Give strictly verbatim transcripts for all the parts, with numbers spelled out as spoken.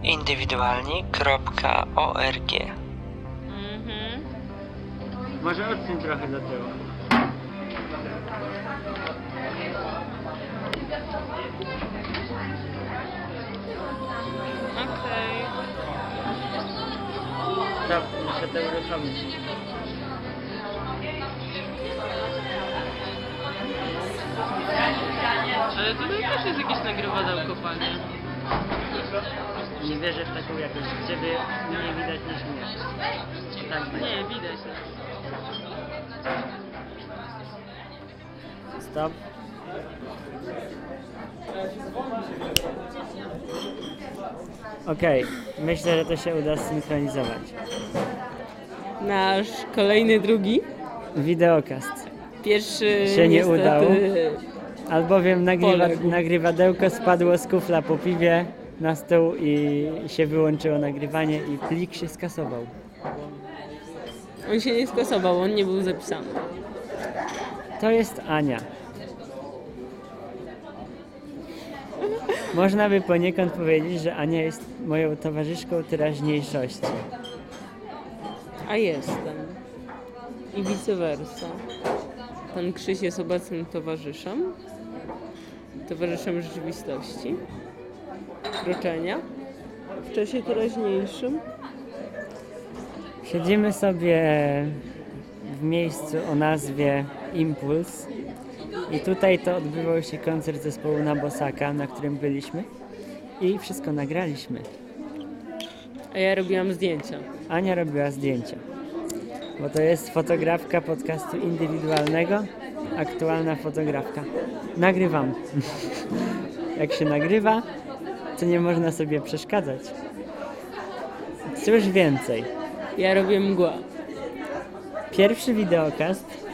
indywidualni kropka org. Mhm. Może odsuń trochę do tyłu. Okej. Stop, muszę to uruchomić. Ale tutaj też jest jakieś nagrywadełko, panie. Nie wierzę w taką jakość. Ciebie mniej widać niż mnie. Tak będzie. Nie, widać. Stop. Okej, okay. Myślę, że to się uda zsynchronizować. Nasz kolejny, drugi. Wideokast. Pierwszy się nie niestety... udało. Albowiem nagrywa, Poległ. nagrywadełko spadło z kufla po piwie na stół i się wyłączyło nagrywanie i plik się skasował. On się nie skasował, on nie był zapisany. To jest Ania. Można by poniekąd powiedzieć, że Ania jest moją towarzyszką teraźniejszości. A jestem. I vice versa. Pan Krzyś jest obecnym towarzyszem. Towarzyszem rzeczywistości. Kroczenia. W czasie teraźniejszym. Siedzimy sobie w miejscu o nazwie Impuls i tutaj to odbywał się koncert zespołu Nabosaka, na którym byliśmy i wszystko nagraliśmy. A ja robiłam zdjęcia. Ania robiła zdjęcia, bo to jest fotografka podcastu indywidualnego, aktualna fotografka. Nagrywam. Jak się nagrywa, to nie można sobie przeszkadzać. Cóż więcej. Ja robię mgłę. Pierwszy wideokast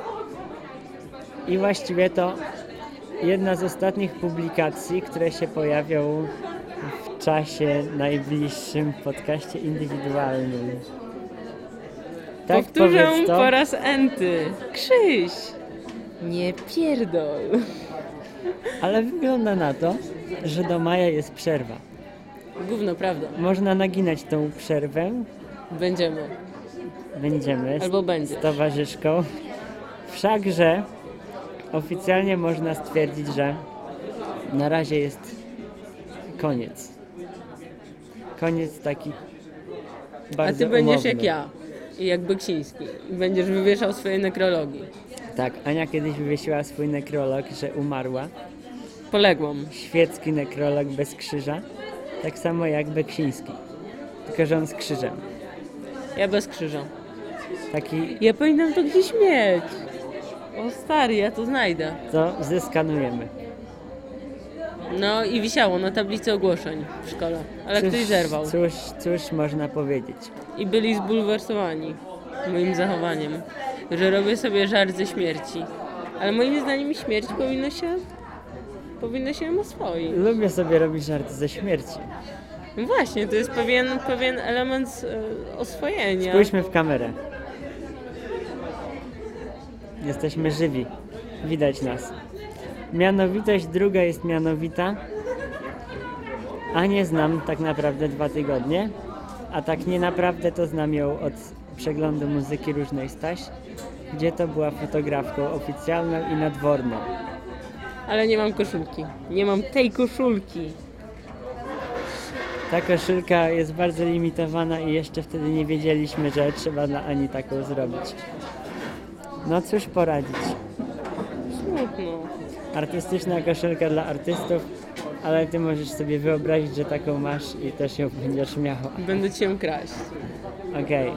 i właściwie to jedna z ostatnich publikacji, które się pojawią w czasie najbliższym w podcaście indywidualnym. Tak, Powtórzę powiedz to. po raz enty. Krzyś! Nie pierdol. Ale wygląda na to, że do maja jest przerwa. Gówno, prawda. Można naginać tą przerwę. Będziemy. Będziemy Albo z, będzie. z towarzyszką. Wszakże oficjalnie można stwierdzić, że na razie jest koniec. Koniec taki bardzo A ty będziesz umowny. jak ja. I jak Beksiński. I będziesz wywieszał swoje nekrologii. Tak, Ania kiedyś wywiesiła swój nekrolog, że umarła. Poległam. Świecki nekrolog bez krzyża. Tak samo jak Beksiński. Tylko że on z krzyżem. Ja bez krzyża. Taki, Ja powinnam to gdzieś mieć. O stary, ja to znajdę. to zeskanujemy. No i wisiało na tablicy ogłoszeń w szkole. Ale Cóż, ktoś zerwał. Cóż, cóż można powiedzieć. I byli zbulwersowani moim zachowaniem. Że robię sobie żart ze śmierci. Ale moim zdaniem śmierć powinno się... Powinno się oswoić. Lubię sobie robić żarty ze śmierci. No właśnie, to jest pewien, pewien element e, oswojenia. Spójrzmy w kamerę. Jesteśmy żywi. Widać nas. Mianowitość druga jest mianowita. Anię znam tak naprawdę dwa tygodnie. A tak nie naprawdę to znam ją od przeglądu muzyki Różnej Staś, gdzie to była fotografką oficjalną i nadworną. Ale nie mam koszulki. Nie mam tej koszulki. Ta koszulka jest bardzo limitowana i jeszcze wtedy nie wiedzieliśmy, że trzeba dla Ani taką zrobić. No cóż poradzić. Smutno. Artystyczna koszulka dla artystów, ale ty możesz sobie wyobrazić, że taką masz i też ją będziesz miała. Będę cię kraść. Okej.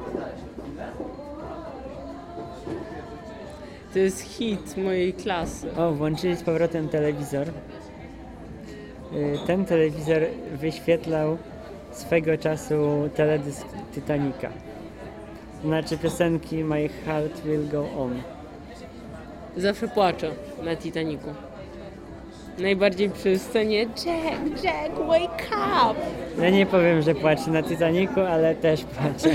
To jest hit mojej klasy. O, włączyli z powrotem telewizor. Y, Ten telewizor wyświetlał swego czasu teledysk Titanica. Znaczy piosenki My Heart Will Go On. Zawsze płaczę na Titanicu. Najbardziej przy scenie Jack, Jack, wake up! Ja nie powiem, że płaczę na Titanicu, ale też płaczę.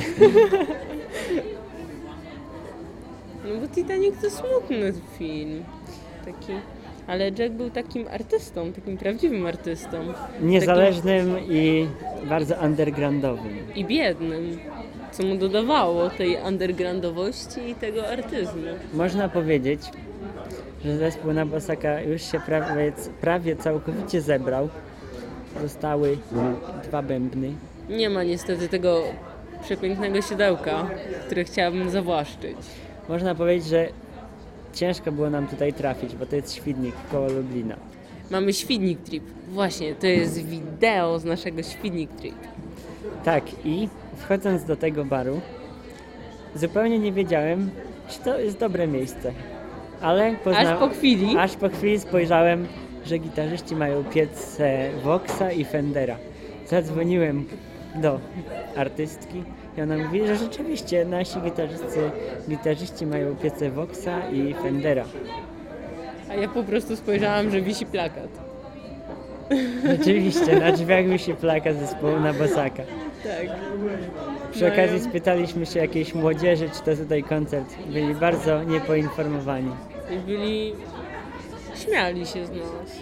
No bo Titanic to smutny film. Taki Ale Jack był takim artystą, takim prawdziwym artystą. Niezależnym i bardzo undergroundowym. Takim i biednym, co mu dodawało tej undergroundowości i tego artyzmu. Można powiedzieć, że zespół na Bosaka już się prawie, prawie całkowicie zebrał. Zostały dwa bębny. Nie ma niestety tego przepięknego siodełka, które chciałabym zawłaszczyć. Można powiedzieć, że ciężko było nam tutaj trafić, bo to jest Świdnik koło Lublina. Mamy Świdnik Trip. Właśnie, to jest wideo z naszego Świdnik Trip. Tak, i wchodząc do tego baru, zupełnie nie wiedziałem, czy to jest dobre miejsce. Ale pozna... Aż po chwili. Aż po chwili spojrzałem, że gitarzyści mają piece Voxa i Fendera. Zadzwoniłem do artystki i ona mówi, że rzeczywiście nasi gitarzycy, gitarzyści mają piece Voxa i Fendera. A ja po prostu spojrzałam, że wisi plakat. Rzeczywiście, na drzwiach wisi plakat zespołu na Bosaka. Tak. Przy Mają- okazji spytaliśmy się jakiejś młodzieży, czy to tutaj koncert. Byli bardzo niepoinformowani. I byli... śmiali się z nas.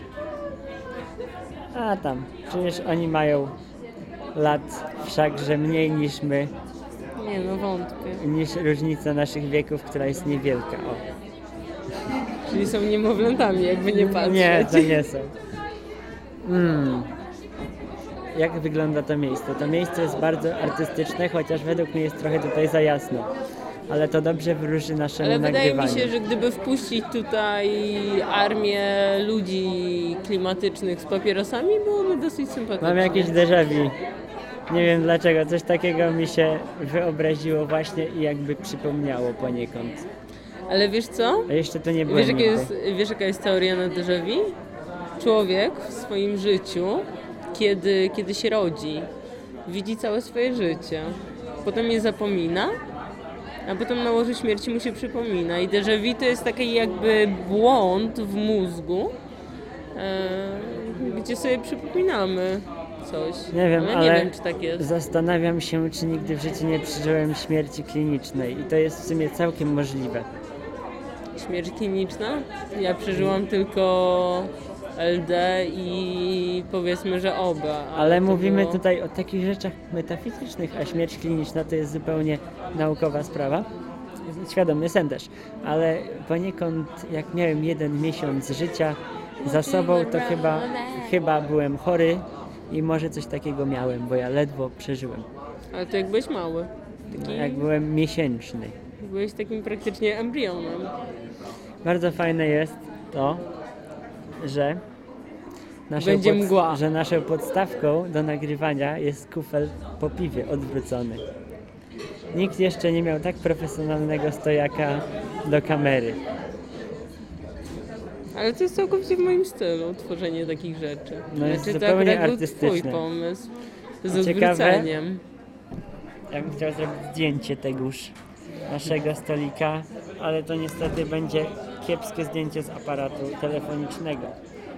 A tam, przecież oni mają lat wszakże mniej niż my, Nie no, wątpię. niż różnica naszych wieków, która jest niewielka. O. Czyli są niemowlętami, jakby nie patrzeć. Nie, to nie są. Mm. Jak wygląda to miejsce? To miejsce jest bardzo artystyczne, chociaż według mnie jest trochę tutaj za jasno. Ale to dobrze wróży naszemu Ale wydaje mi nagrywaniu. się, że gdyby wpuścić tutaj armię ludzi klimatycznych z papierosami, byłoby dosyć sympatycznie. Mam jakieś déjà vu. Nie wiem dlaczego, coś takiego mi się wyobraziło właśnie i jakby przypomniało poniekąd. Ale wiesz co? A jeszcze to nie byłem Wiesz, jaka nigdy. jest, wiesz jaka jest teoria na déjà vu? Człowiek w swoim życiu, kiedy, kiedy się rodzi, widzi całe swoje życie. Potem je zapomina, a potem na łożu śmierci mu się przypomina. I déjà vu to jest taki jakby błąd w mózgu, e, gdzie sobie przypominamy coś. Nie wiem, ale, ale nie wiem, czy tak jest. zastanawiam się, czy nigdy w życiu nie przeżyłem śmierci klinicznej i to jest w sumie całkiem możliwe. Śmierć kliniczna? Ja przeżyłam tylko L D i powiedzmy, że oba. Ale to mówimy było... tutaj o takich rzeczach metafizycznych, a śmierć kliniczna to jest zupełnie naukowa sprawa. Świadomy jestem też, ale poniekąd jak miałem jeden miesiąc życia za sobą, to chyba, chyba byłem chory i może coś takiego miałem, bo ja ledwo przeżyłem. Ale to jak byłeś mały. Taki, Jak byłem miesięczny. Byłeś takim praktycznie embrionem. Bardzo fajne jest to, że naszą, Będzie mgła. że naszą podstawką do nagrywania jest kufel po piwie odwrócony. Nikt jeszcze nie miał tak profesjonalnego stojaka do kamery. Ale to jest całkowicie w moim stylu, tworzenie takich rzeczy. No jest znaczy, zupełnie to akurat był artystyczne. twój pomysł z Ciekawe. odwróceniem. Ja bym chciał zrobić zdjęcie tegoż naszego stolika, ale to niestety będzie kiepskie zdjęcie z aparatu telefonicznego.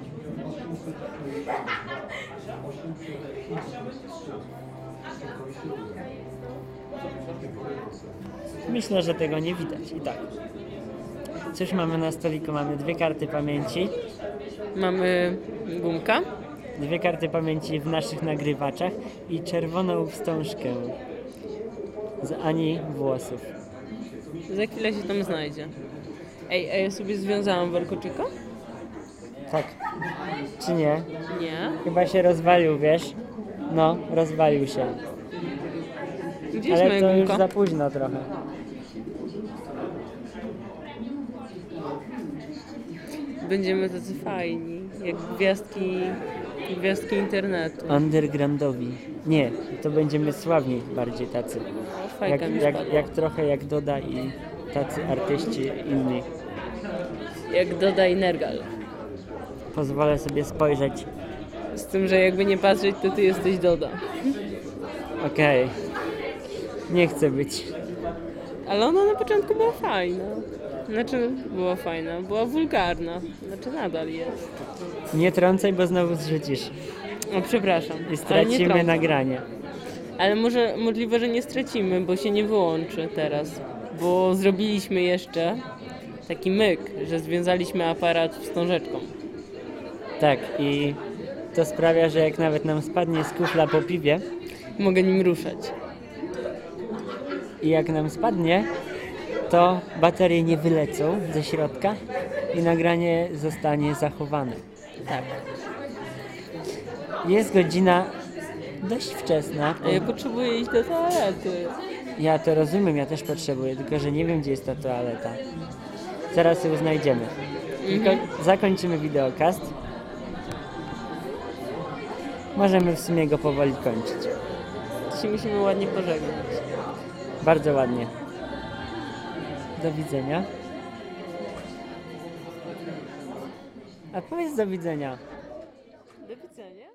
Myślę, że tego nie widać i tak. Cóż mamy na stoliku? Mamy dwie karty pamięci. Mamy gumka. Dwie karty pamięci w naszych nagrywaczach i czerwoną wstążkę z Ani włosów. Za chwilę się tam znajdzie. Ej, a ja sobie związałam warkoczyka? Tak. Czy nie? Nie. Chyba się rozwalił, wiesz? No, rozwalił się. Gdzie jest Ale moja to już gumka? za późno trochę. Będziemy tacy fajni, jak gwiazdki, gwiazdki internetu. Undergroundowi. Nie, to będziemy sławni bardziej tacy. O, fajka Jak, mi jak, spadła. jak trochę jak Doda i tacy artyści inni. Jak Doda i Nergal. Pozwolę sobie spojrzeć. Z tym, że jakby nie patrzeć, to ty jesteś Doda. Okej. Nie chcę być. Ale ona na początku była fajna. Znaczy, była fajna, była wulgarna. Znaczy, nadal jest. Nie trącaj, bo znowu zrzucisz. O, przepraszam. I ale nie stracimy trącam. nagranie. Ale może możliwe, że nie stracimy, bo się nie wyłączy teraz. Bo zrobiliśmy jeszcze taki myk, że związaliśmy aparat wstążeczką. Tak, i to sprawia, że jak nawet nam spadnie z kufla po piwie Mogę nim ruszać. i jak nam spadnie, to baterie nie wylecą ze środka i nagranie zostanie zachowane. Tak. Jest godzina dość wczesna. A ja potrzebuję iść do toalety. Ja to rozumiem, ja też potrzebuję, tylko że nie wiem, gdzie jest ta toaleta. Zaraz ją znajdziemy. Tylko zakończymy wideokast. Możemy w sumie go powoli kończyć. To się musimy ładnie pożegnać. Bardzo ładnie. Do widzenia. A powiedz do widzenia. Do widzenia.